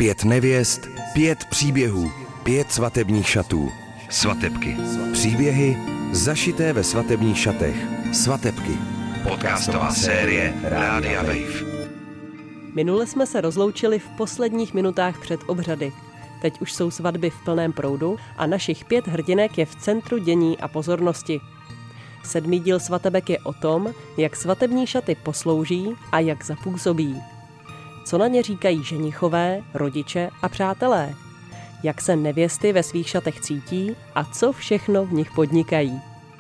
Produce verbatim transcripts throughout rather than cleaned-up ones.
Pět nevěst, pět příběhů, pět svatebních šatů. Svatebky. Příběhy zašité ve svatebních šatech. Svatebky. Podcastová série Rádia Wave. Minule jsme se rozloučili v posledních minutách před obřady. Teď už jsou svatby v plném proudu a našich pět hrdinek je v centru dění a pozornosti. Sedmý díl Svatebek je o tom, jak svatební šaty poslouží a jak zapůsobí. Co na ně říkají ženichové, rodiče a přátelé? Jak se nevěsty ve svých šatech cítí a co všechno v nich podnikají?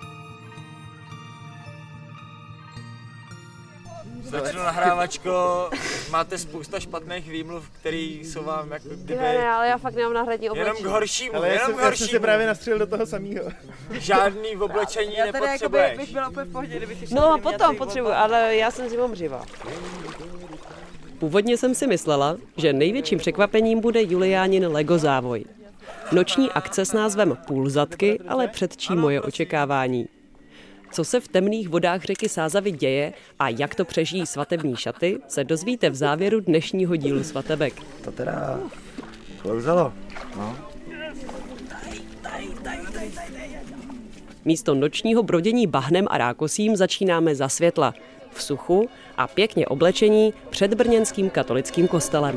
Začnu nahrávačko, máte spousta špatných výmluv, který jsou vám jako kdyby... Ne, ne, ale já fakt nemám náhradní oblečení. Jenom k horšímu, ale jenom jsem, k horšímu. Já jsem se právě nastřelil do toho samého. Žádný v oblečení já nepotřebuješ. Já bych byla úplně v pohodě, kdyby si No a potom potřebuji, ale já jsem zimomřivá. Původně jsem si myslela, že největším překvapením bude Juliánin Lego závoj. Noční akce s názvem Půlzatky ale předčí moje očekávání. Co se v temných vodách řeky Sázavy děje a jak to přežijí svatební šaty, se dozvíte v závěru dnešního dílu Svatebek. To teda klouzalo, no. Místo nočního brodění bahnem a rákosím začínáme za světla, v suchu a pěkně oblečení před brněnským katolickým kostelem.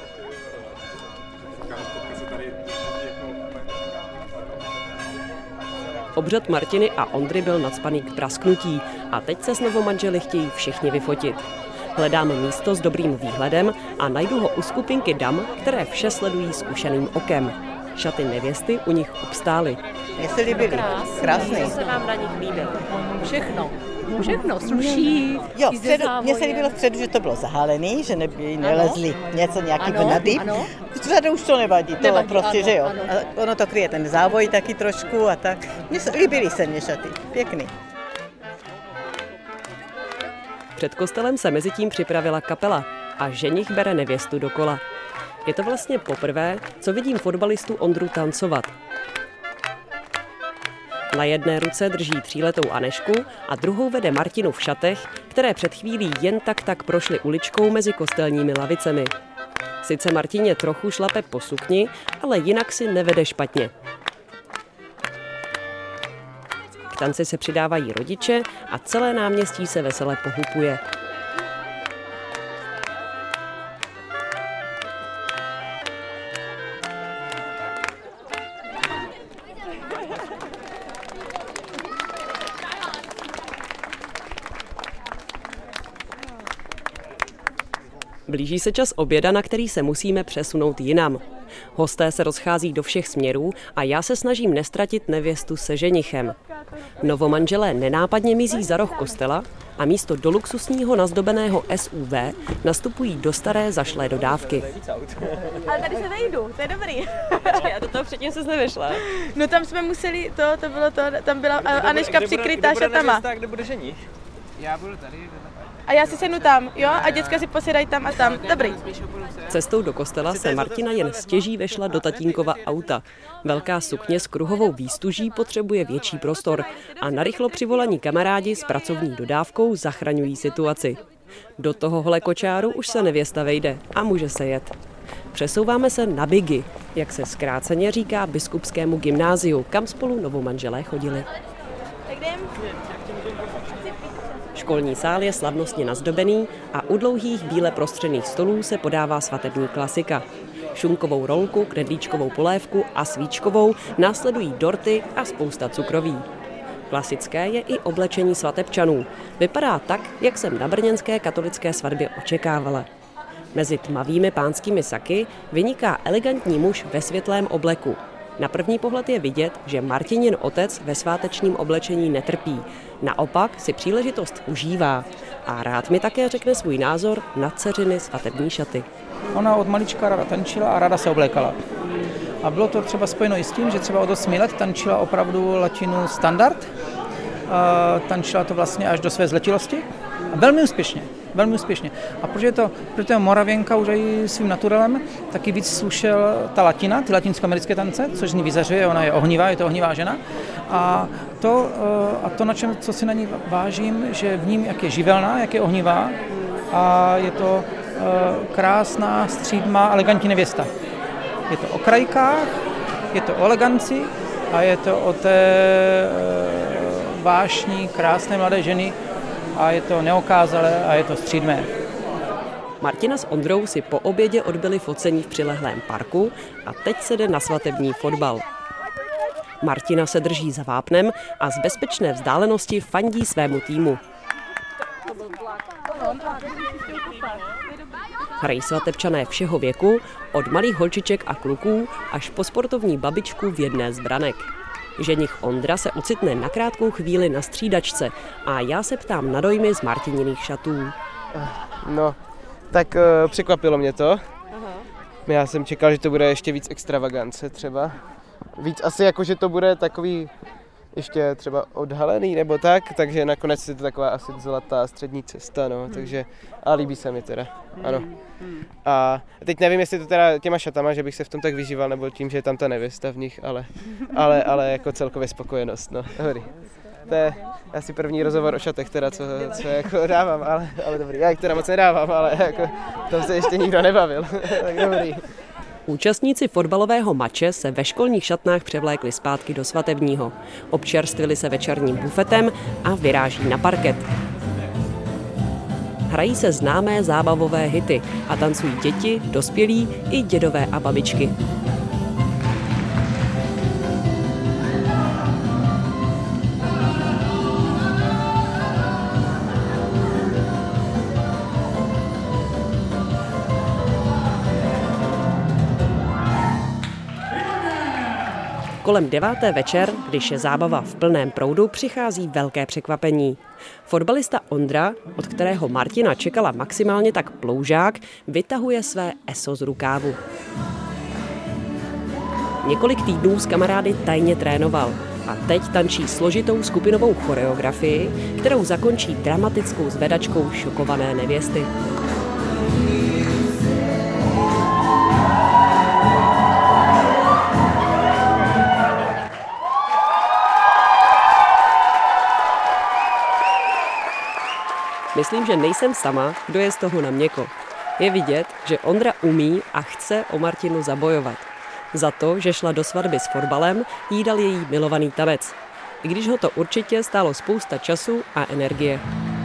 Obřad Martiny a Ondry byl nacpaný k prasknutí a teď se s novomanželi chtějí všichni vyfotit. Hledám místo s dobrým výhledem a najdu ho u skupinky dam, které vše sledují zkušeným okem. Šaty nevěsty u nich obstály. Mně se líbily. Krásný. Co se vám na nich líbilo? Všechno. Všechno, sluší. Jo, mně se líbilo vpředu, že to bylo zahálený, že neby nelezli něco nějaký nadýp. Vzadu už to nevadí, to nevadí, prostě, ano, že jo. Ano. A ono to kryje ten závoj taky trošku a tak. Mně se líbily se mě šaty, pěkný. Před kostelem se mezitím připravila kapela a ženich bere nevěstu do kola. Je to vlastně poprvé, co vidím fotbalistu Ondru tancovat. Na jedné ruce drží tříletou Anešku a druhou vede Martinu v šatech, které před chvílí jen tak tak prošly uličkou mezi kostelními lavicemi. Sice Martině trochu šlape po sukni, ale jinak si nevede špatně. K tanci se přidávají rodiče a celé náměstí se vesele pohupuje. Blíží se čas oběda, na který se musíme přesunout jinam. Hosté se rozchází do všech směrů a já se snažím nestratit nevěstu se ženichem. Novomanželé nenápadně mizí za roh kostela a místo do luxusního nazdobeného S U V nastupují do staré zašlé dodávky. Ale tady se vejdu, to je dobrý. Já do toho předtím se nevešla. No tam jsme museli, to, to bylo to, tam byla Anežka přikrytá šatama. Kde bude ženich? Já budu tady. A já si sednu tam, jo, a děcka si posedají tam a tam. Dobrý. Cestou do kostela se Martina jen stěží vešla do tatínkova auta. Velká sukně s kruhovou výstuží potřebuje větší prostor a narychlo přivolaní kamarádi s pracovní dodávkou zachraňují situaci. Do tohohle kočáru už se nevěsta vejde a může se jet. Přesouváme se na Bigy, jak se zkráceně říká biskupskému gymnáziu, kam spolu novomanželé chodili. Tak jdem. Školní sál je slavnostně nazdobený a u dlouhých bíle prostřených stolů se podává svatební klasika. Šunkovou rolku, knedlíčkovou polévku a svíčkovou následují dorty a spousta cukroví. Klasické je i oblečení svatebčanů. Vypadá tak, jak jsem na brněnské katolické svatbě očekávala. Mezi tmavými pánskými saky vyniká elegantní muž ve světlém obleku. Na první pohled je vidět, že Martinin otec ve svátečním oblečení netrpí. Naopak si příležitost užívá a rád mi také řekne svůj názor na dceřiny svatební šaty. Ona od malička ráda tančila a ráda se oblékala. A bylo to třeba spojeno i s tím, že třeba od osmi let tančila opravdu latinu standard. A tančila to vlastně až do své zletilosti. A velmi úspěšně. Velmi úspěšně. A protože to, protože je Moravěnka už i svým naturelem, taky víc slušel ta latina, ty latinskoamerické tance, což z ní vyzařuje, ona je ohnivá, je to ohnivá žena. A to, a to na čem, co si na ní vážím, že v ním, jak je živelná, jak je ohnivá, a je to krásná, střídmá, elegantní nevěsta. Je to o krajkách, je to o eleganci a je to o té vášní, krásné mladé ženy a je to neokázalé a je to střídmé. Martina s Ondrou si po obědě odbyli focení v přilehlém parku a teď se jde na svatební fotbal. Martina se drží za vápnem a z bezpečné vzdálenosti fandí svému týmu. Hrají svatebčané všeho věku, od malých holčiček a kluků až po sportovní babičku v jedné z branek. Ženich Ondra se ocitne na krátkou chvíli na střídačce a já se ptám na dojmy z Martininých šatů. No, tak uh, překvapilo mě to. Aha. Já jsem čekal, že to bude ještě víc extravagance třeba. Víc asi jako, že to bude takový ještě třeba odhalený nebo tak, takže nakonec je to taková asi zlatá střední cesta, no, hmm. takže a líbí se mi teda, ano. A teď nevím, jestli to teda těma šatama, že bych se v tom tak vyžíval, nebo tím, že je tam ta nevěsta v nich, ale, ale, ale jako celkově spokojenost, no, dobrý. To je asi první rozhovor o šatech teda, co, co jako dávám, ale, ale dobrý, já jich teda moc nedávám, ale jako tam se ještě nikdo nebavil, tak dobrý. Účastníci fotbalového mače se ve školních šatnách převlékli zpátky do svatebního. Občerstvili se večerním bufetem a vyráží na parket. Hrají se známé zábavové hity a tancují děti, dospělí i dědové a babičky. Kolem deváté večer, když je zábava v plném proudu, přichází velké překvapení. Fotbalista Ondra, od kterého Martina čekala maximálně tak ploužák, vytahuje své eso z rukávu. Několik týdnů s kamarády tajně trénoval a teď tančí složitou skupinovou choreografii, kterou zakončí dramatickou zvedačkou šokované nevěsty. Myslím, že nejsem sama, kdo je z toho na měko. Je vidět, že Ondra umí a chce o Martinu zabojovat. Za to, že šla do svatby s fotbalem, jí dal její milovaný tanec. I když ho to určitě stálo spousta času a energie.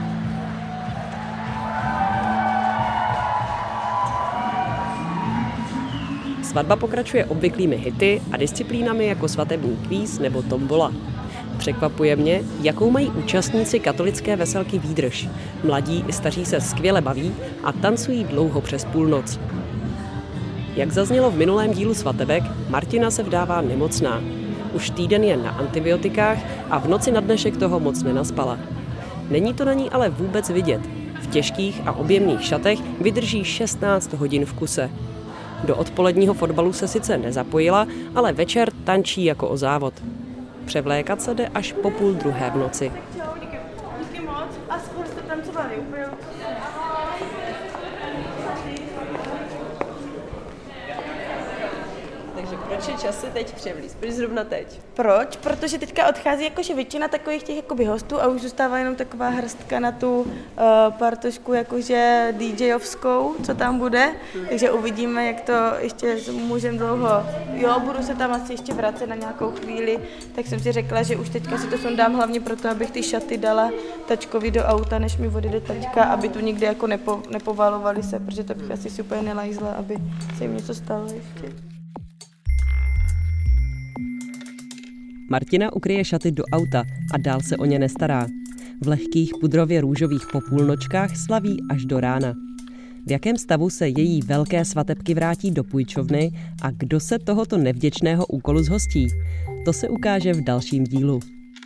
Svatba pokračuje obvyklými hity a disciplínami jako svatební kvíz nebo tombola. Překvapuje mě, jakou mají účastníci katolické veselky výdrž. Mladí i staří se skvěle baví a tancují dlouho přes půlnoc. Jak zaznělo v minulém dílu svatebek, Martina se vdává nemocná. Už týden je na antibiotikách a v noci na dnešek toho moc nenaspala. Není to na ní ale vůbec vidět. V těžkých a objemných šatech vydrží šestnáct hodin v kuse. Do odpoledního fotbalu se sice nezapojila, ale večer tančí jako o závod. Převlékat se jde až po půl druhé v noci. Díky moc a skoro jste tancovali úplně. Takže proč je čas se teď převlíct? Proč zrovna teď? Proč? Protože teďka odchází jakože většina takových těch jakoby hostů a už zůstává jenom taková hrstka na tu uh, partošku jakože DJovskou, co tam bude. Takže uvidíme, jak to ještě můžeme dlouho. Jo, budu se tam asi ještě vracet na nějakou chvíli, tak jsem si řekla, že už teďka si to sundám hlavně proto, abych ty šaty dala tačkovi do auta, než mi odjede tačka, aby tu nikdy jako nepo, nepovalovali se, protože to bych asi si úplně nelajzla, aby se jim něco stalo ještě. Martina ukryje šaty do auta a dál se o ně nestará. V lehkých pudrově růžových popůlnočkách slaví až do rána. V jakém stavu se její velké svatebky vrátí do půjčovny a kdo se tohoto nevděčného úkolu zhostí? To se ukáže v dalším dílu.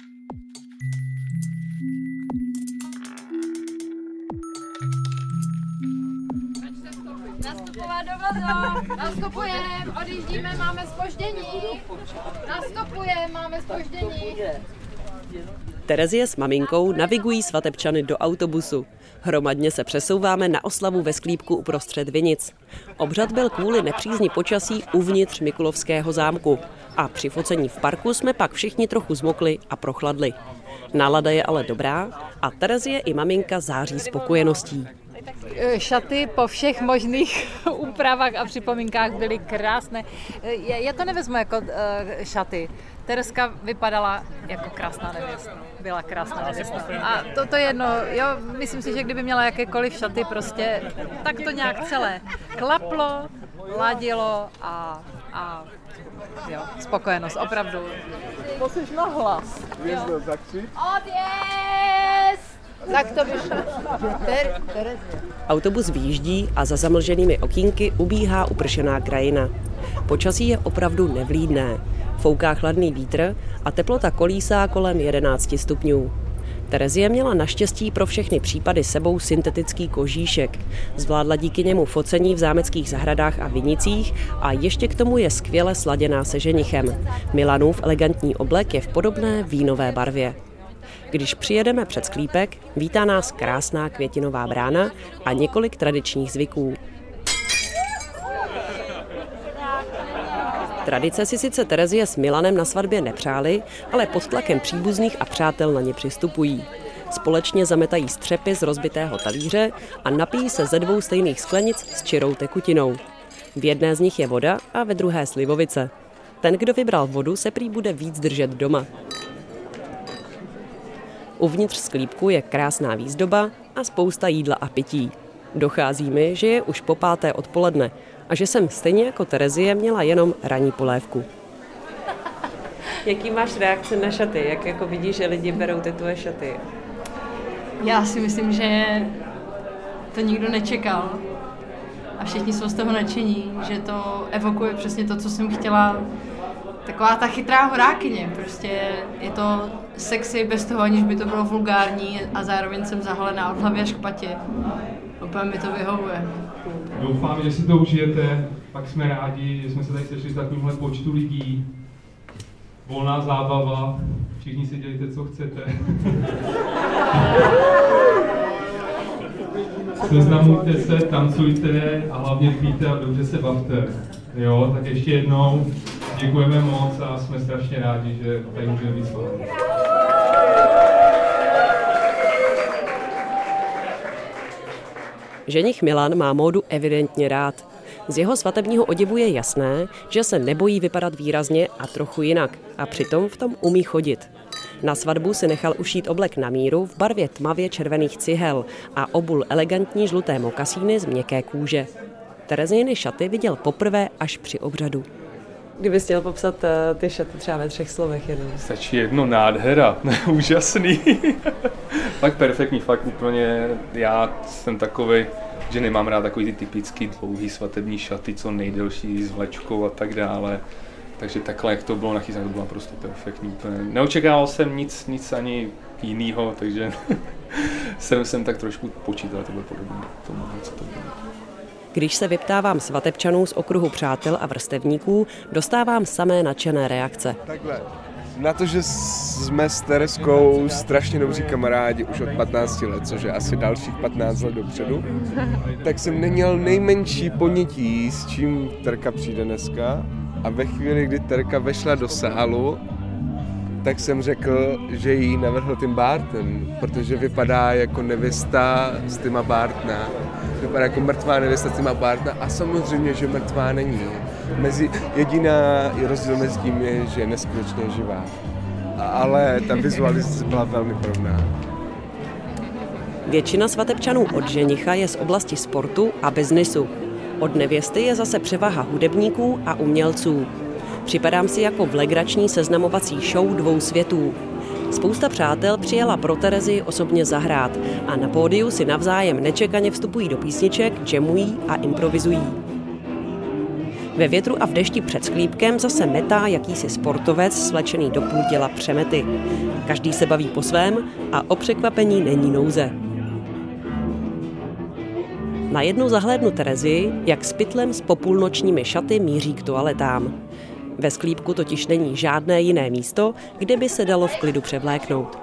Nastupovat do vozu, nastupujeme, odjíždíme, máme zpoždění, nastupujeme, máme zpoždění. Terezie s maminkou navigují svatebčany do autobusu. Hromadně se přesouváme na oslavu ve sklípku uprostřed vinic. Obřad byl kvůli nepřízni počasí uvnitř Mikulovského zámku a při focení v parku jsme pak všichni trochu zmokli a prochladli. Nálada je ale dobrá a Terezie i maminka září spokojeností. Šaty po všech možných úpravách a připomínkách byly krásné. Já to nevezmu jako uh, šaty. Tereska vypadala jako krásná nevěsta. Byla krásná nevěsta. A to, to je jedno, jo, myslím si, že kdyby měla jakékoliv šaty prostě, tak to nějak celé klaplo, ladilo a, a jo, spokojenost, opravdu. Musíš na hlas. Odjezd! Tak to vyšlo. Ter, Terezie. Autobus vyjíždí a za zamlženými okýnky ubíhá upršená krajina. Počasí je opravdu nevlídné. Fouká chladný vítr a teplota kolísá kolem jedenáct stupňů. Terezie měla naštěstí pro všechny případy sebou syntetický kožíšek. Zvládla díky němu focení v zámeckých zahradách a vinicích a ještě k tomu je skvěle sladěná se ženichem. Milanův elegantní oblek je v podobné vínové barvě. Když přijedeme před sklípek, vítá nás krásná květinová brána a několik tradičních zvyků. Tradice si sice Terezie s Milanem na svatbě nepřáli, ale pod tlakem příbuzných a přátel na ně přistupují. Společně zametají střepy z rozbitého talíře a napijí se ze dvou stejných sklenic s čirou tekutinou. V jedné z nich je voda a ve druhé slivovice. Ten, kdo vybral vodu, se prý bude víc držet doma. Uvnitř sklípku je krásná výzdoba a spousta jídla a pití. Dochází mi, že je už po páté odpoledne a že jsem stejně jako Terezie měla jenom ranní polévku. Jaký máš reakce na šaty? Jak jako vidíš, že lidi berou ty tvoje šaty? Já si myslím, že to nikdo nečekal a všichni jsou z toho nadšení, že to evokuje přesně to, co jsem chtěla. Taková ta chytrá horákyně, prostě je to sexy bez toho, aniž by to bylo vulgární a zároveň jsem zahalená od hlavy až k patě. Úplně mi to vyhovuje. Doufám, že si to užijete, pak jsme rádi, že jsme se tady sešli s takovýmhle počtu lidí. Volná zábava, všichni si dělejte, co chcete. Seznamujte se, tancujte a hlavně pijte a dobře se bavte. Jo, tak ještě jednou děkujeme moc a jsme strašně rádi, že tady můžeme být s vámi. Ženich Milan má módu evidentně rád. Z jeho svatebního oděvu je jasné, že se nebojí vypadat výrazně a trochu jinak a přitom v tom umí chodit. Na svatbu si nechal ušít oblek na míru v barvě tmavě červených cihel a obul elegantní žluté mokasíny z měkké kůže. Tereziny šaty viděl poprvé až při obřadu. Kdybys chtěl popsat uh, ty šaty třeba ve třech slovech jenom. Stačí jedno, nádhera, úžasný. Fakt perfektní, fakt úplně, já jsem takovej, že nemám rád takový ty typický dlouhý svatební šaty, co nejdelší s vlečkou a tak dále. Takže takhle, jak to bylo nachystané, to bylo prostě perfektní. Neočekával jsem nic, nic ani jinýho, takže jsem, jsem tak trošku počítal, to bylo podobné tomu, co to bylo. Když se vyptávám svatebčanů z okruhu přátel a vrstevníků, dostávám samé nadšené reakce. Takhle, na to, že jsme s Tereskou strašně dobří kamarádi už od patnácti let, což je asi dalších patnáct let dopředu, tak jsem neměl nejmenší ponětí, s čím Terka přijde dneska. A ve chvíli, kdy Terka vešla do sálu, tak jsem řekl, že jí navrhl Tim Burton, protože vypadá jako nevěsta z Tima Burtona. Vypadá jako mrtvá nevěsta z Tima Burtona a samozřejmě, že mrtvá není. Mezi, jediná rozdíl mezi tím je, že je neskutečně živá. Ale ta vizualizace byla velmi podobná. Většina svatebčanů od ženicha je z oblasti sportu a biznisu. Od nevěsty je zase převaha hudebníků a umělců. Připadám si jako v legrační seznamovací show dvou světů. Spousta přátel přijela pro Terezii osobně zahrát a na pódiu si navzájem nečekaně vstupují do písniček, jamují a improvizují. Ve větru a v dešti před sklípkem zase metá jakýsi sportovec svlečený do půl těla přemety. Každý se baví po svém a o překvapení není nouze. Najednou zahlédnu Terezii, jak s pytlem s popůlnočními šaty míří k toaletám. Ve sklípku totiž není žádné jiné místo, kde by se dalo v klidu převléknout.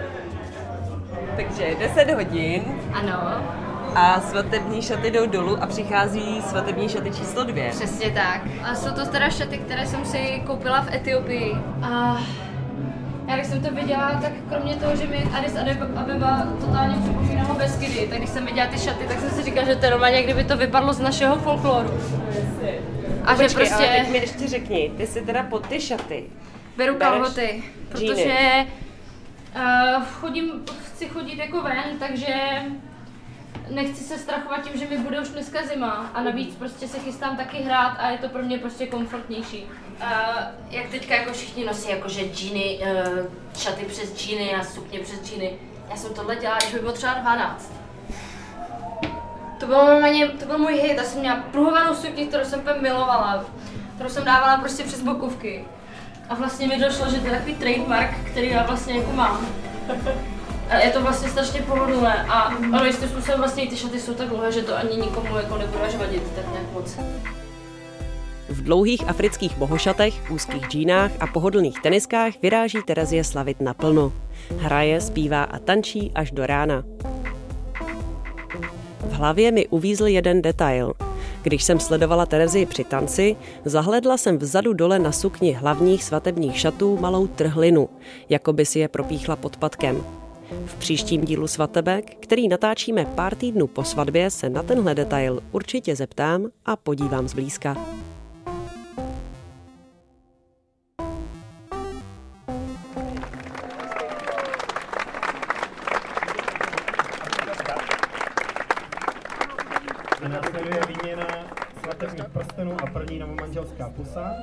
Takže deset hodin. Ano. A svatební šaty jdou dolů a přichází svatební šaty číslo dvě. Přesně tak. A jsou to teda šaty, které jsem si koupila v Etiopii. A Já když jsem to viděla, tak kromě toho, že mi Addis Abeba totálně připomínalo Beskydy, tak když jsem viděla ty šaty, tak jsem si říkala, že to je normálně, kdyby to vypadlo z našeho folkloru. A že prostě... ale teď mi ještě řekni, ty si teda pod ty šaty beru kalhoty, protože uh, chodím, chci chodit jako ven, takže nechci se strachovat tím, že mi bude už dneska zima a navíc prostě se chystám taky hrát a je to pro mě prostě komfortnější. Uh, jak teďka jako všichni nosí jakože džíny, uh, šaty přes džíny a sukně přes džíny. Já jsem tohle dělala, když mi bylo třeba dvanáct. To bylo normálně, to byl můj hit, já jsem měla pruhovanou sukni, kterou jsem úplně milovala, kterou jsem dávala prostě přes bokovky. A vlastně mi došlo, že to je takový trademark, který já vlastně jako mám. A je to vlastně strašně pohodlné a ono jistým způsobem vlastně ty šaty jsou tak dlouhé, že to ani nikomu jako nebude až vadit tak nějak moc. V dlouhých afrických bohošatech, úzkých džínách a pohodlných teniskách vyráží Terezie slavit naplno. Hraje, zpívá a tančí až do rána. V hlavě mi uvízl jeden detail. Když jsem sledovala Terezii při tanci, zahlédla jsem vzadu dole na sukni hlavních svatebních šatů malou trhlinu, jako by si je propíchla podpatkem. V příštím dílu Svatebek, který natáčíme pár týdnů po svatbě, se na tenhle detail určitě zeptám a podívám zblízka. Následuje výměna svatebních prstenů a první novomanželská pusa.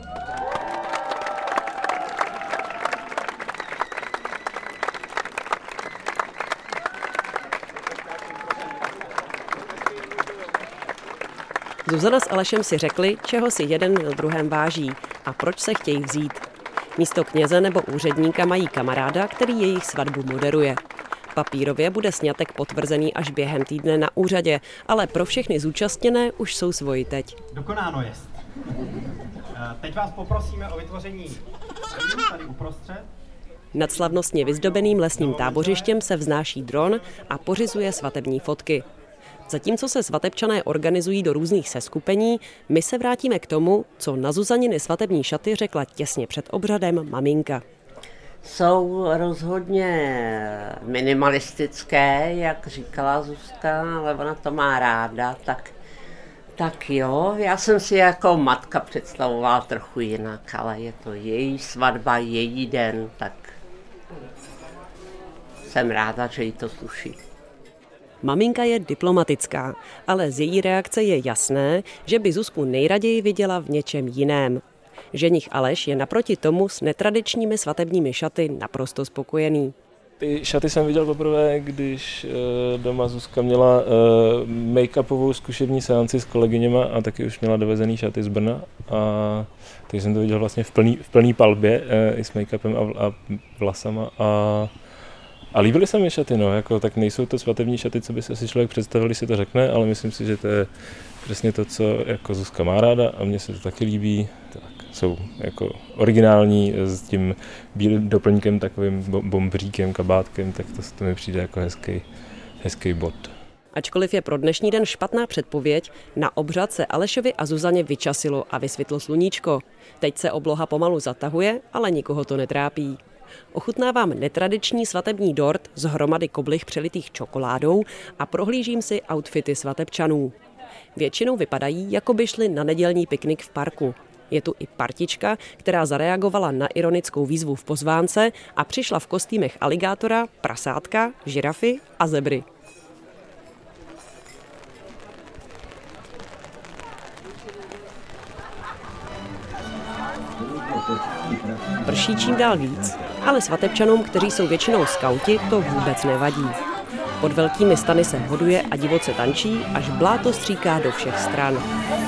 Zuzana s Alešem si řekli, čeho si jeden na druhém váží a proč se chtějí vzít. Místo kněze nebo úředníka mají kamaráda, který jejich svatbu moderuje. Papírově bude sňatek potvrzený až během týdne na úřadě, ale pro všechny zúčastněné už jsou svoji teď. Dokonáno jest. Teď vás poprosíme o vytvoření tady uprostřed. Nad slavnostně vyzdobeným lesním tábořištěm se vznáší dron a pořizuje svatební fotky. Zatímco se svatebčané organizují do různých seskupení, my se vrátíme k tomu, co na Zuzaniny svatební šaty řekla těsně před obřadem maminka. Jsou rozhodně minimalistické, jak říkala Zuzka, ale ona to má ráda, tak, tak jo, já jsem si jako matka představovala trochu jinak, ale je to její svatba, její den, tak jsem ráda, že jí to sluší. Maminka je diplomatická, ale z její reakce je jasné, že by Zuzku nejraději viděla v něčem jiném. Ženich Aleš je naproti tomu s netradičními svatebními šaty naprosto spokojený. Ty šaty jsem viděl poprvé, když doma Zuzka měla make-upovou zkušební seanci s kolegyněma a taky už měla dovezený šaty z Brna. A takže jsem to viděl vlastně v plný, v plný palbě i s make-upem a, a vlasama. A, a líbily se mi šaty, no, jako, tak nejsou to svatební šaty, co by si asi člověk představil, když si to řekne, ale myslím si, že to je přesně to, co jako Zuzka má ráda a mně se to taky líbí. Tak jsou jako originální s tím bílým doplňkem, takovým bombříkem, kabátkem, tak to, to mi přijde jako hezký, hezký bod. Ačkoliv je pro dnešní den špatná předpověď, na obřad se Alešovi a Zuzaně vyčasilo a vysvětlo sluníčko. Teď se obloha pomalu zatahuje, ale nikoho to netrápí. Ochutnávám netradiční svatební dort z hromady koblih přelitých čokoládou a prohlížím si outfity svatebčanů. Většinou vypadají, jako by šli na nedělní piknik v parku. Je tu i partička, která zareagovala na ironickou výzvu v pozvánce a přišla v kostýmech aligátora, prasátka, žirafy a zebry. Prší čím dál víc, ale svatebčanům, kteří jsou většinou skauti, to vůbec nevadí. Pod velkými stany se hoduje a divoce tančí, až bláto stříká do všech stran.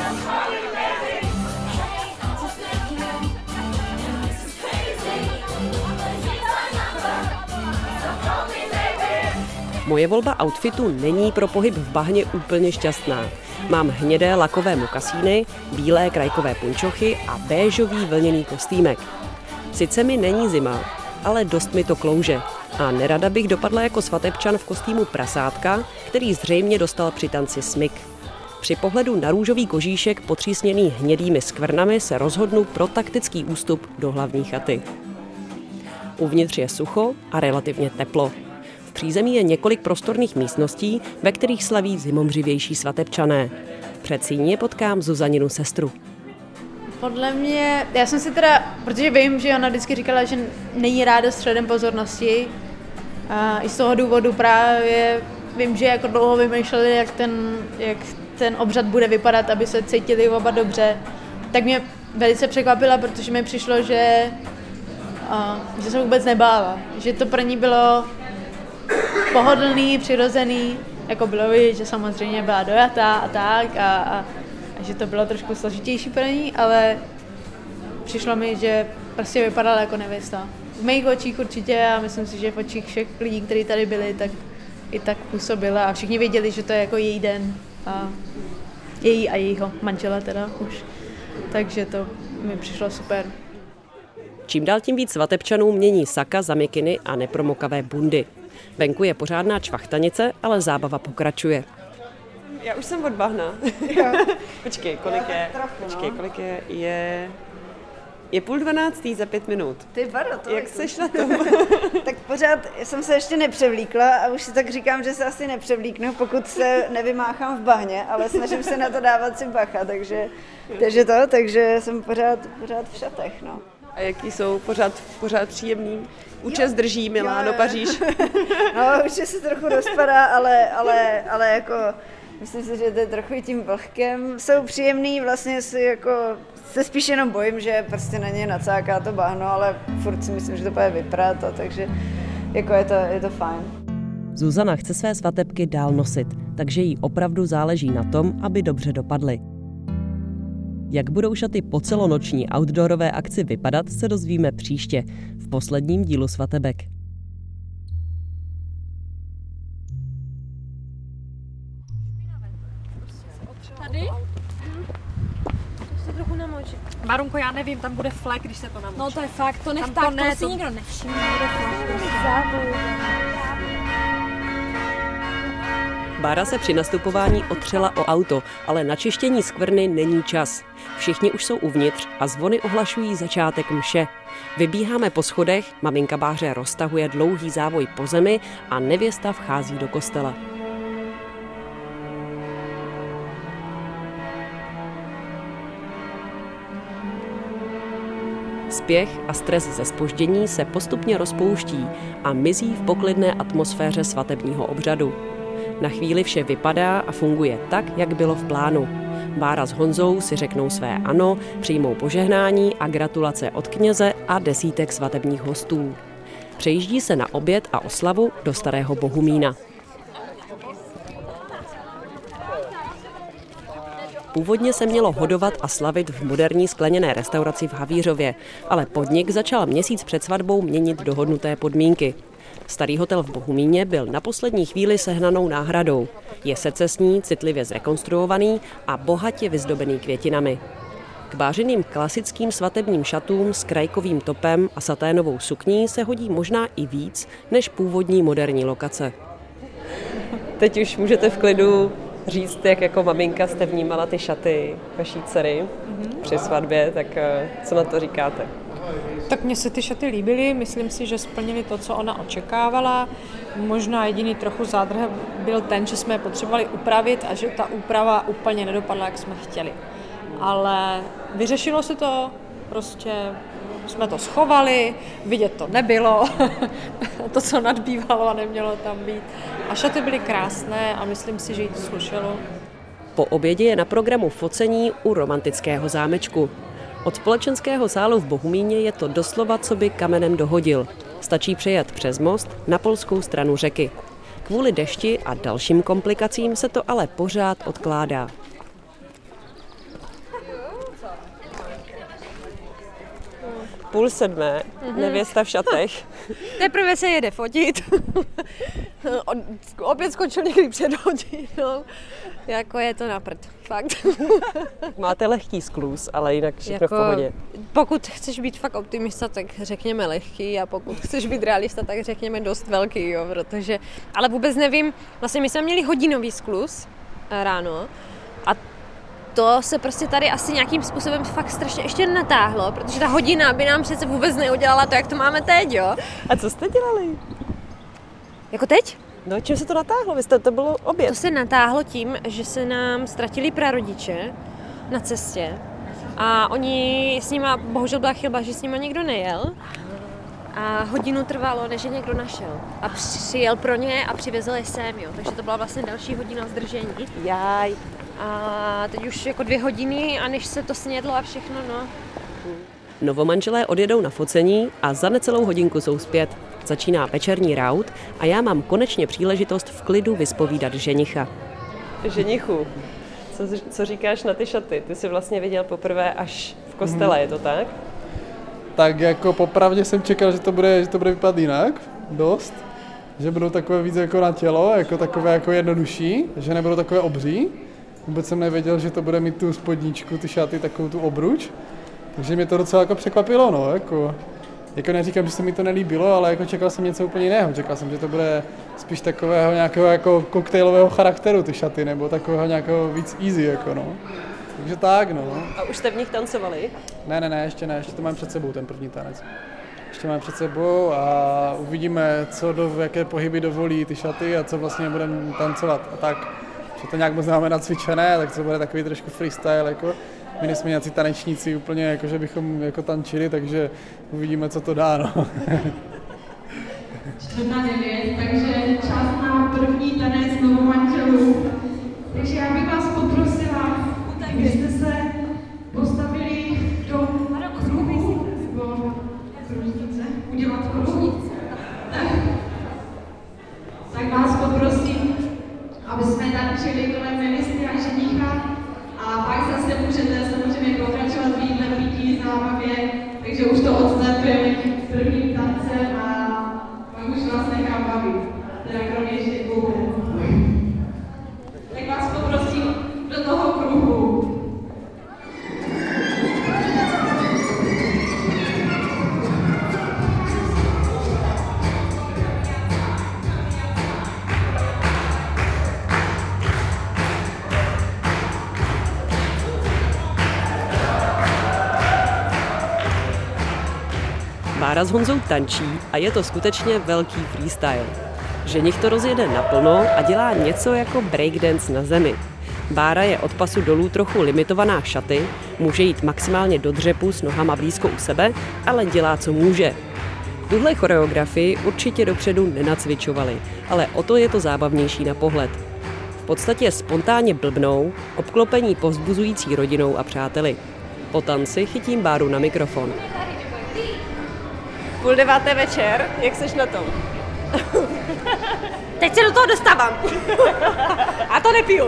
Moje volba outfitu není pro pohyb v bahně úplně šťastná. Mám hnědé lakové mokasíny, bílé krajkové punčochy a béžový vlněný kostýmek. Sice mi není zima, ale dost mi to klouže. A nerada bych dopadla jako svatebčan v kostýmu prasátka, který zřejmě dostal při tanci smyk. Při pohledu na růžový kožíšek potřísněný hnědými skvrnami se rozhodnu pro taktický ústup do hlavní chaty. Uvnitř je sucho a relativně teplo. V přízemí je několik prostorných místností, ve kterých slaví zimomřivější svatebčané. Před síní potkám Zuzaninu sestru. Podle mě, já jsem si teda, protože vím, že ona vždycky říkala, že není ráda středem pozornosti. A i z toho důvodu právě vím, že jako dlouho vymýšleli, jak ten, jak ten obřad bude vypadat, aby se cítili oba dobře. Tak mě velice překvapila, protože mi přišlo, že, a, že se vůbec nebála. Že to pro ní bylo pohodlný, přirozený, jako bylo vidět, že samozřejmě byla dojatá a tak a, a, a že to bylo trošku složitější pro ní, ale přišlo mi, že prostě vypadala jako nevěsta. V mých očích určitě a myslím si, že v očích všech lidí, kteří tady byli, tak i tak působila a všichni věděli, že to je jako její den a její a jejího manžela teda už. Takže to mi přišlo super. Čím dál tím víc svatebčanů mění saka za mikiny a nepromokavé bundy. Venku je pořádná čvachtanice, ale zábava pokračuje. Já už jsem od bahna. Počkej, kolik je? Počkej, kolik je? Je, je půl dvanáctý za pět minut. Ty vado, to jak seš na tom? Tak pořád jsem se ještě nepřevlíkla a už si tak říkám, že se asi nepřevlíknu, pokud se nevymáchám v bahně, ale snažím se na to dávat si bacha, takže, takže to, takže jsem pořád, pořád v šatech, no. A jaký jsou pořád, pořád příjemný? Účest drží, Miláno, Paříž. No, už se trochu rozpadá, ale, ale, ale jako myslím si, že to je trochu tím vlhkem. Jsou příjemný, vlastně si jako se spíš jenom bojím, že prostě na ně nacáká to bahno, ale furt si myslím, že to bude vyprat, a takže jako je to, je to fajn. Zuzana chce své svatebky dál nosit, takže jí opravdu záleží na tom, aby dobře dopadly. Jak budou šaty po celonoční outdoorové akci vypadat, se dozvíme příště v posledním dílu Svatebek. Tady? To se trochu namočí. Marunko, já nevím, tam bude flek, když se to namočí. No to je fakt, to nech tak, to, ne, to si nikdo nevšimne. Bára se při nastupování otřela o auto, ale na čištění skvrny není čas. Všichni už jsou uvnitř a zvony ohlašují začátek mše. Vybíháme po schodech, maminka Báře roztahuje dlouhý závoj po zemi a nevěsta vchází do kostela. Spěch a stres ze zpoždění se postupně rozpouští a mizí v poklidné atmosféře svatebního obřadu. Na chvíli vše vypadá a funguje tak, jak bylo v plánu. Bára s Honzou si řeknou své ano, přijmou požehnání a gratulace od kněze a desítek svatebních hostů. Přejíždí se na oběd a oslavu do Starého Bohumína. Původně se mělo hodovat a slavit v moderní skleněné restauraci v Havířově, ale podnik začal měsíc před svatbou měnit dohodnuté podmínky. Starý hotel v Bohumíně byl na poslední chvíli sehnanou náhradou. Je secesní, citlivě zrekonstruovaný a bohatě vyzdobený květinami. K Bářiným klasickým svatebním šatům s krajkovým topem a saténovou sukní se hodí možná i víc než původní moderní lokace. Teď už můžete v klidu říct, jak jako maminka jste vnímala ty šaty vaší dcery mm-hmm. při svatbě, tak co na to říkáte? Tak mně se ty šaty líbily, myslím si, že splnili to, co ona očekávala. Možná jediný trochu zádrh byl ten, že jsme je potřebovali upravit a že ta úprava úplně nedopadla, jak jsme chtěli. Ale vyřešilo se to, prostě jsme to schovali, vidět to nebylo, to, co nadbývalo a nemělo tam být. A šaty byly krásné a myslím si, že jí to slušelo. Po obědě je na programu focení u romantického zámečku. Od společenského sálu v Bohumíně je to doslova, co by kamenem dohodil. Stačí přejet přes most na polskou stranu řeky. Kvůli dešti a dalším komplikacím se to ale pořád odkládá. Půl sedmé, nevěsta v šatech. Teprve se jede fotit. Opět skončil někdy před hodinou. Jako je to na prd, fakt. Máte lehký skluz, ale jinak všechno jako, v pohodě. Pokud chceš být fakt optimista, tak řekněme lehký, a pokud chceš být realista, tak řekněme dost velký, jo, protože, ale vůbec nevím, vlastně my jsme měli hodinový skluz ráno a to se prostě tady asi nějakým způsobem fakt strašně ještě natáhlo, protože ta hodina by nám přece vůbec neudělala to, jak to máme teď, jo. A co jste dělali? Jako teď? No, čím se to natáhlo? Vy jste, to bylo oběd. To se natáhlo tím, že se nám ztratili prarodiče na cestě a oni s nima, bohužel byla chyba, že s nima někdo nejel a hodinu trvalo, než je někdo našel. A přijel pro ně a přivezl je sem, jo. Takže to byla vlastně další hodina zdržení. Jaj. A teď už jako dvě hodiny a než se to snědlo a všechno, no. Novomanželé odjedou na focení a za necelou hodinku jsou zpět. Začíná večerní raut a já mám konečně příležitost v klidu vyspovídat ženicha. Ženichu, co, co říkáš na ty šaty? Ty jsi vlastně viděl poprvé až v kostele, je to tak? Tak jako popravdě jsem čekal, že to bude, že to bude vypadat jinak, dost. Že budou takové víc jako na tělo, jako takové jako jednodušší, že nebudou takové obří. Vůbec jsem nevěděl, že to bude mít tu spodničku, ty šaty, takovou tu obruč. Takže mě to docela jako překvapilo, no, jako. Jako neříkám, že se mi to nelíbilo, ale jako čekal jsem něco úplně jiného. Čekal jsem, že to bude spíš takového nějakého jako koktejlového charakteru ty šaty, nebo takového nějakého víc easy, jako no. Takže tak, no. A už jste v nich tancovali? Ne, ne, ne, ještě ne, ještě to mám před sebou, ten první tanec. Ještě mám před sebou a uvidíme, co do, jaké pohyby dovolí ty šaty a co vlastně budeme tancovat a tak. Že to nějak moc máme nacvičené, tak to bude takový trošku freestyle, jako. My nejsme nějací tanečníci úplně, jako že bychom jako tančili, takže uvidíme, co to dá, no. čtvrt na devět, takže čas na první tanec novomanželů. Takže já bych vás poprosila, abyste se postavili do kruhu, nebo kružnice, udělat kruh. Tak, tak vás poprosím, aby jsme tančili kolem nevěsty a ženicha. A pak zase můžete samozřejmě pokračovat v jídle, pití, zábavě, takže už to odstartujeme prvním tancem a pak už vás nechám bavit, teda kromě ještě dvou. Tak vás poprosím do toho kruhu. Bára s Honzou tančí a je to skutečně velký freestyle. Ženich to rozjede naplno a dělá něco jako breakdance na zemi. Bára je od pasu dolů trochu limitovaná šaty, může jít maximálně do dřepu s nohama blízko u sebe, ale dělá, co může. Tuhle choreografii určitě dopředu nenacvičovali, ale o to je to zábavnější na pohled. V podstatě spontánně blbnou, obklopení povzbuzující rodinou a přáteli. Po tanci chytím Báru na mikrofon. Půl deváté večer, jak seš na tom? Teď se do toho dostávám. A to nepiju.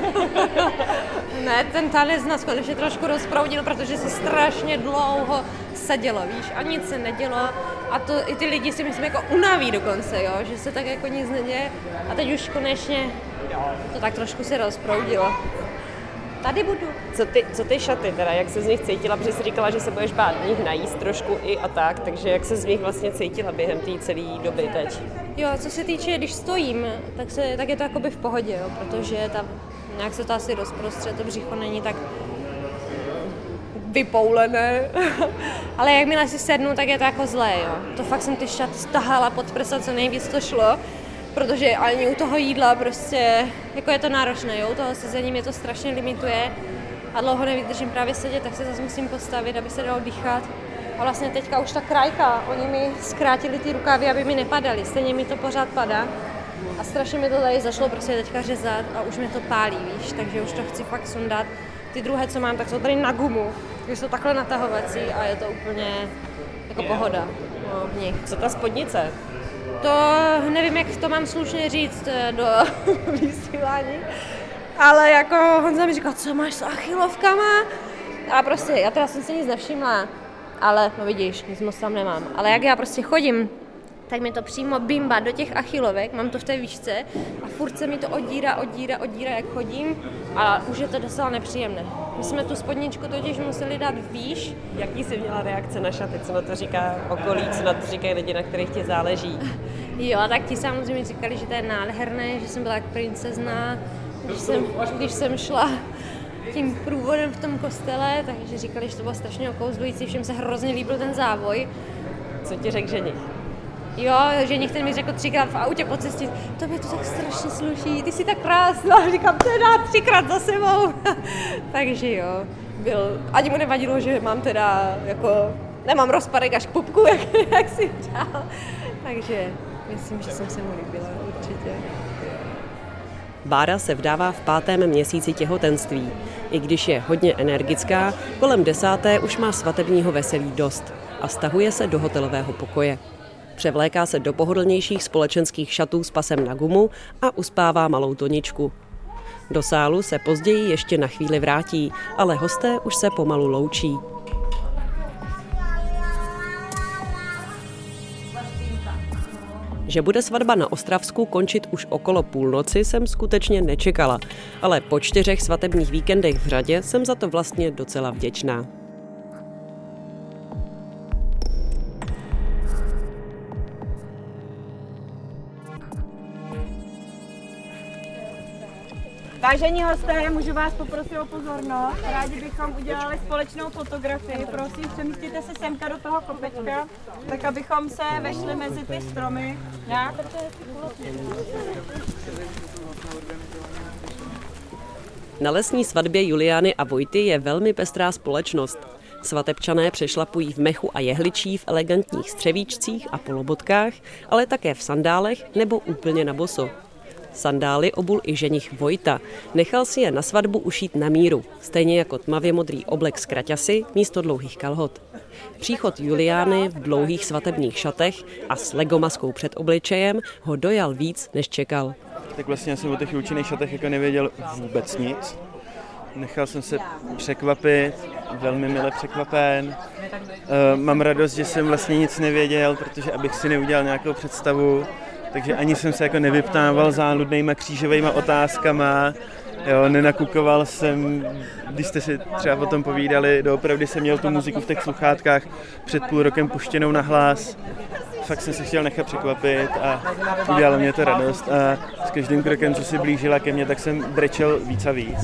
Ne, ten tanec nás konečně trošku rozproudil, protože se strašně dlouho sedělo, víš, a nic se nedělo. A to i ty lidi si myslím jako unaví dokonce, jo, že se tak jako nic neděje. A teď už konečně to tak trošku se rozproudilo. Tady budu. Co ty, co ty šaty teda, jak se z nich cítila, protože jsi říkala, že se budeš bát v nich najíst trošku i a tak, takže jak se z nich vlastně cítila během té celé doby teď? Jo, co se týče, když stojím, tak, se, tak je to jakoby v pohodě, jo, protože tam nějak se to asi rozprostře, to břicho není tak vypoulené, ale jakmile si sednu, tak je to jako zlé, jo. To fakt jsem ty šaty stahala pod prsa, co nejvíc to šlo. Protože ani u toho jídla prostě, jako je to náročné, jo, u toho sezení mě to strašně limituje a dlouho nevydržím právě sedět, tak se zase musím postavit, aby se dalo dýchat. A vlastně teďka už ta krajka, oni mi zkrátili ty rukávy, aby mi nepadaly, stejně mi to pořád padá. A strašně mi to tady zašlo prostě teďka řezat a už mě to pálí, víš, takže už to chci fakt sundat. Ty druhé, co mám, tak jsou tady na gumu, takže jsou takhle natahovací a je to úplně jako pohoda no, v nich. Co ta spodnice? To nevím, jak to mám slušně říct do vysílání, ale jako Honza mi říkal, co máš s achilovkama? A prostě, já teda jsem si nic nevšimla, ale no vidíš, nic moc tam nemám. Ale jak já prostě chodím, tak mi to přímo bimba do těch achilovek, mám to v té výšce a furt se mi to odírá, odírá, odírá, jak chodím a už je to docela nepříjemné. My jsme tu spodničku totiž museli dát výš. Jaký jsi měla reakce na šaty, co na to říká okolí, co na to říkají lidi, na kterých tě záleží? Jo, tak ti samozřejmě říkali, že to je nádherné, že jsem byla jak princezna, když jsem, když jsem šla tím průvodem v tom kostele, takže říkali, že to bylo strašně okouzlující, všem se hrozně líbil ten závoj. Co ti řekl ženich? Jo, ženich ten mi řekl třikrát v autě po cestě, to mě to tak strašně sluší, ty jsi tak krásná, říkám, teda třikrát za sebou. Takže jo, byl, ani mu nevadilo, že mám teda jako, nemám rozpadek až k pupku, jak, jak si přál. Takže myslím, že jsem se mu líbila určitě. Bára se vdává v pátém měsíci těhotenství. I když je hodně energická, kolem desáté už má svatebního veselí dost a stahuje se do hotelového pokoje. Převléká se do pohodlnějších společenských šatů s pasem na gumu a uspává malou Toničku. Do sálu se později ještě na chvíli vrátí, ale hosté už se pomalu loučí. Že bude svatba na Ostravsku končit už okolo půlnoci, jsem skutečně nečekala, ale po čtyřech svatebních víkendech v řadě jsem za to vlastně docela vděčná. Vážení hosté, můžu vás poprosit o pozornost. Rádi bychom udělali společnou fotografii. Prosím, přemístěte se semka do toho kopečka, tak abychom se vešli mezi ty stromy. Já, Na lesní svatbě Juliány a Vojty je velmi pestrá společnost. Svatebčané přešlapují v mechu a jehličí v elegantních střevíčcích a polobotkách, ale také v sandálech nebo úplně na boso. Sandály obul i ženich Vojta. Nechal si je na svatbu ušít na míru, stejně jako tmavě modrý oblek z kraťasy místo dlouhých kalhot. Příchod Juliány v dlouhých svatebních šatech a s legomaskou před obličejem ho dojal víc, než čekal. Tak vlastně já jsem o těch Julčiných šatech jako nevěděl vůbec nic. Nechal jsem se překvapit, velmi mile překvapen. E, mám radost, že jsem vlastně nic nevěděl, protože abych si neudělal nějakou představu, takže ani jsem se jako nevyptával záludnýma křížovými otázkama, jo, nenakukoval jsem, když jste si třeba o tom povídali, doopravdy jsem měl tu muziku v těch sluchátkách před půl rokem puštěnou na hlas. Fakt jsem se chtěl nechat překvapit a udělalo mě to radost a s každým krokem, co se blížila ke mně, tak jsem brečel víc a víc.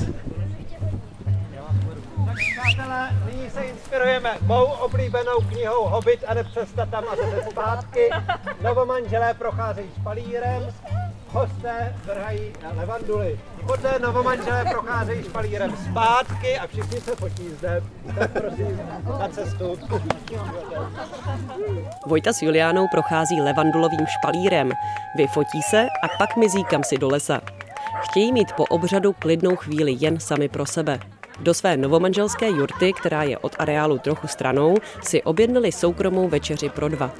Přátelé, nyní se inspirujeme mou oblíbenou knihou Hobbit a nepřestat tam a zase zpátky. Novomanželé procházejí špalírem, hosté vrhají levanduly. Poté novomanželé procházejí špalírem zpátky a všichni se fotí zde. Tak prosím, na cestu. Vojta s Juliánou prochází levandulovým špalírem, vyfotí se a pak mizí kamsi do lesa. Chtějí mít po obřadu klidnou chvíli jen sami pro sebe. Do své novomanželské jurty, která je od areálu trochu stranou, si objednali soukromou večeři pro dva.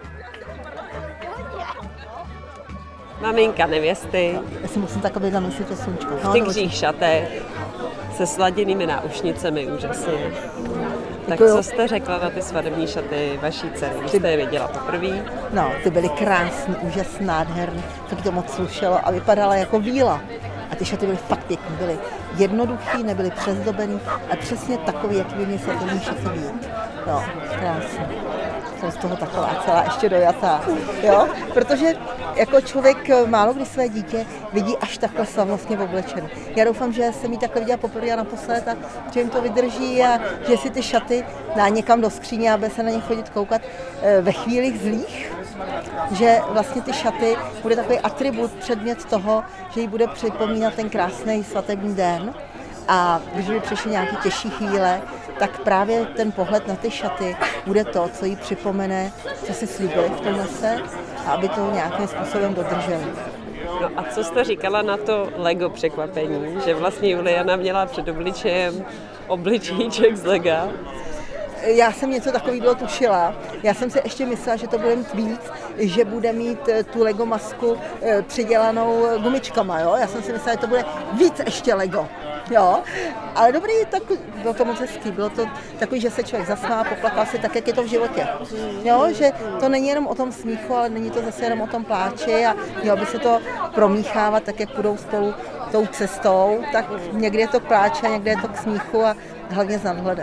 Maminka nevěsty. Já si musím takové zamyslit to sluníčko. V tygřích šatech, se sladěnými náušnicemi, úžasně. Tak co jste řekla na ty svadební šaty vaší dcery, když jste je viděla poprvé? No, ty byly krásný, úžasný, nádherný, tak to moc slušelo a vypadala jako víla. A ty šaty byly fakt pěkný, byly jednoduchý, nebyly přezdobený a přesně takový, jaký by mě svatební šaty být. Jo, krásný. Jsem z toho taková celá ještě dojatá, jo? Protože jako člověk málo kdy své dítě vidí až takhle slavnostně oblečený. Já doufám, že jsem jí takhle viděla poprvé a naposled a že jim to vydrží a že si ty šaty dá někam do skříně, aby se na ně chodit koukat ve chvílích zlých, že vlastně ty šaty bude takový atribut, předmět toho, že jí bude připomínat ten krásný svatební den. A když by přišly nějaké těžší chvíle, tak právě ten pohled na ty šaty bude to, co jí připomene, co si slíbili v tom lese, a aby to nějakým způsobem dodrželi. No a co jste říkala na to Lego překvapení, že vlastně Juliana měla před obličejem obličejček z Lega? Já jsem něco takového tušila. Já jsem si ještě myslela, že to bude mít víc, že bude mít tu Lego masku přidělanou gumičkama, jo? Já jsem si myslela, že to bude víc ještě Lego. Jo, ale dobrý, tak bylo to moc hezký, bylo to takový, že se člověk zasmál, poplakal si tak, jak je to v životě. Jo, že to není jenom o tom smíchu, ale není to zase jenom o tom pláči a mělo by se to promíchávat tak, jak půjdou spolu tou cestou, tak někdy je to k pláči a někdy je to k smíchu a hlavně s nadhledem.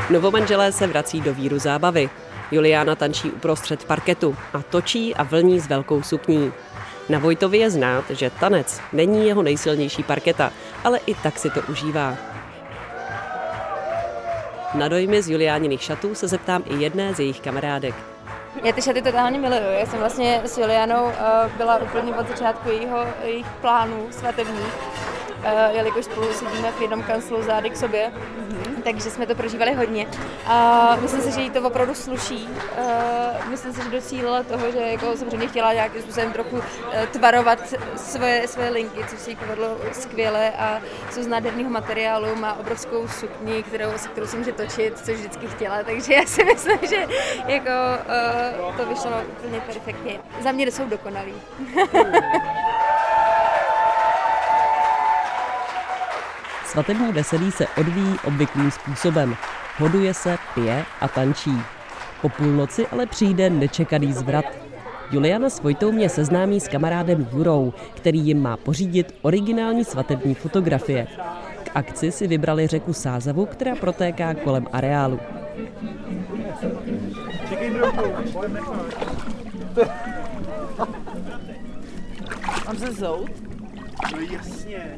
Novomanželé se vrací do víru zábavy. Juliána tančí uprostřed parketu a točí a vlní s velkou sukní. Na Vojtovi je znát, že tanec není jeho nejsilnější parketa, ale i tak si to užívá. Na dojmy z Juliániných šatů se zeptám i jedné z jejich kamarádek. Já ty šaty totálně miluju. Já jsem vlastně s Julianou uh, byla úplně od začátku jejího, jejich plánů svatebních, uh, jelikož spolu sedíme v jednom kanclu zády k sobě, mm-hmm. takže jsme to prožívali hodně. A myslím si, že jí to opravdu sluší. Uh, myslím si, že docílila toho, že jako samozřejmě chtěla nějakým způsobem trochu uh, tvarovat svoje, svoje linky, což se jí povedlo skvěle a jsou z nádherného materiálu, má obrovskou sukni, kterou, se kterou si může točit, což vždycky chtěla, takže já si myslím, že jako uh, to vyšlo úplně perfektně. Za mě jsou dokonalí. Svatební veselí se odvíjí obvyklým způsobem. Hoduje se, pije a tančí. Po půlnoci ale přijde nečekaný zvrat. Juliana s Vojtou mě seznámí s kamarádem Jurou, který jim má pořídit originální svatební fotografie. K akci si vybrali řeku Sázavu, která protéká kolem areálu. Mám se zout? No jasně.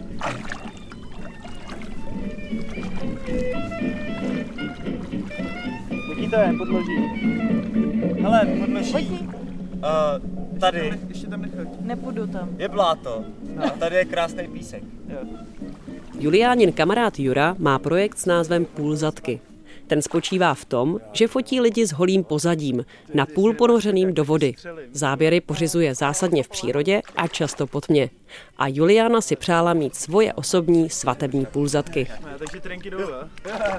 Pojď to je, podloží. Hele, podloží. Uh, tady. Ještě tam nechat. Nepůjdu tam. Je bláto. A tady je krásný písek. Juliánin kamarád Jura má projekt s názvem Půl zadky. Ten spočívá v tom, že fotí lidi s holým pozadím, napůl ponořeným do vody. Záběry pořizuje zásadně v přírodě a často pod tmě. A Juliána si přála mít svoje osobní svatební půlzadky. Takže trenky dolů, jo?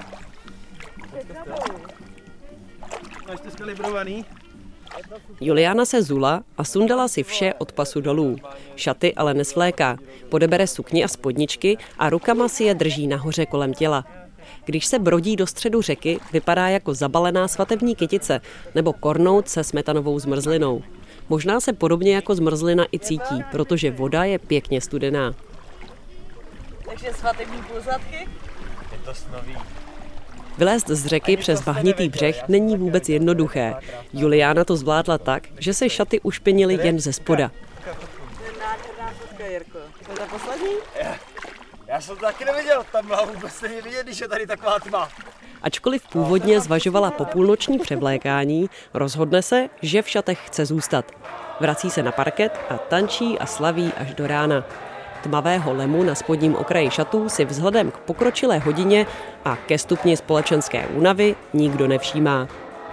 Máš to skalibrovaný? Juliána se zula a sundala si vše od pasu dolů. Šaty ale nesvléká. Podebere sukni a spodničky a rukama si je drží nahoře kolem těla. Když se brodí do středu řeky, vypadá jako zabalená svatební kytice nebo kornout se smetanovou zmrzlinou. Možná se podobně jako zmrzlina i cítí, protože voda je pěkně studená. Takže svatební půlzadky? Je to snový. Vylézt z řeky přes bahnitý břeh není vůbec jednoduché. Juliána to zvládla tak, že se šaty ušpinily jen ze spoda. Nádherná fotka, Jirko. To je ta poslední? Já jsem to taky neviděl, tam byla vůbec není vidět, když je tady taková tma. Ačkoliv původně zvažovala popůlnoční převlékání, rozhodne se, že v šatech chce zůstat. Vrací se na parket a tančí a slaví až do rána. Tmavého lemu na spodním okraji šatů si vzhledem k pokročilé hodině a ke stupni společenské únavy nikdo nevšímá.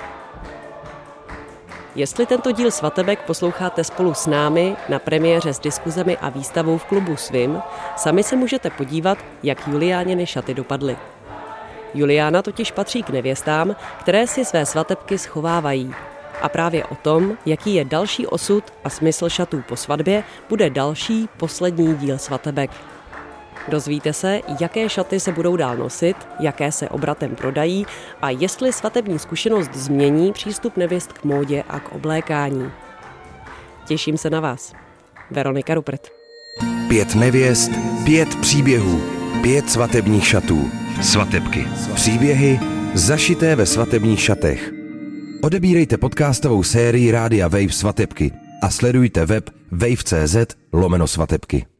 Jestli tento díl Svatebek posloucháte spolu s námi na premiéře s diskuzemi a výstavou v klubu Svim, sami se můžete podívat, jak Juliániny šaty dopadly. Juliána totiž patří k nevěstám, které si své svatebky schovávají. A právě o tom, jaký je další osud a smysl šatů po svatbě, bude další, poslední díl Svatebek. Dozvíte se, jaké šaty se budou dál nosit, jaké se obratem prodají a jestli svatební zkušenost změní přístup nevěst k módě a k oblékání. Těším se na vás. Veronika Rupert. Pět nevěst, pět příběhů, pět svatebních šatů. Svatebky. Příběhy zašité ve svatebních šatech. Odebírejte podcastovou sérii Rádia Wave Svatebky a sledujte web wave tečka cz lomeno svatebky.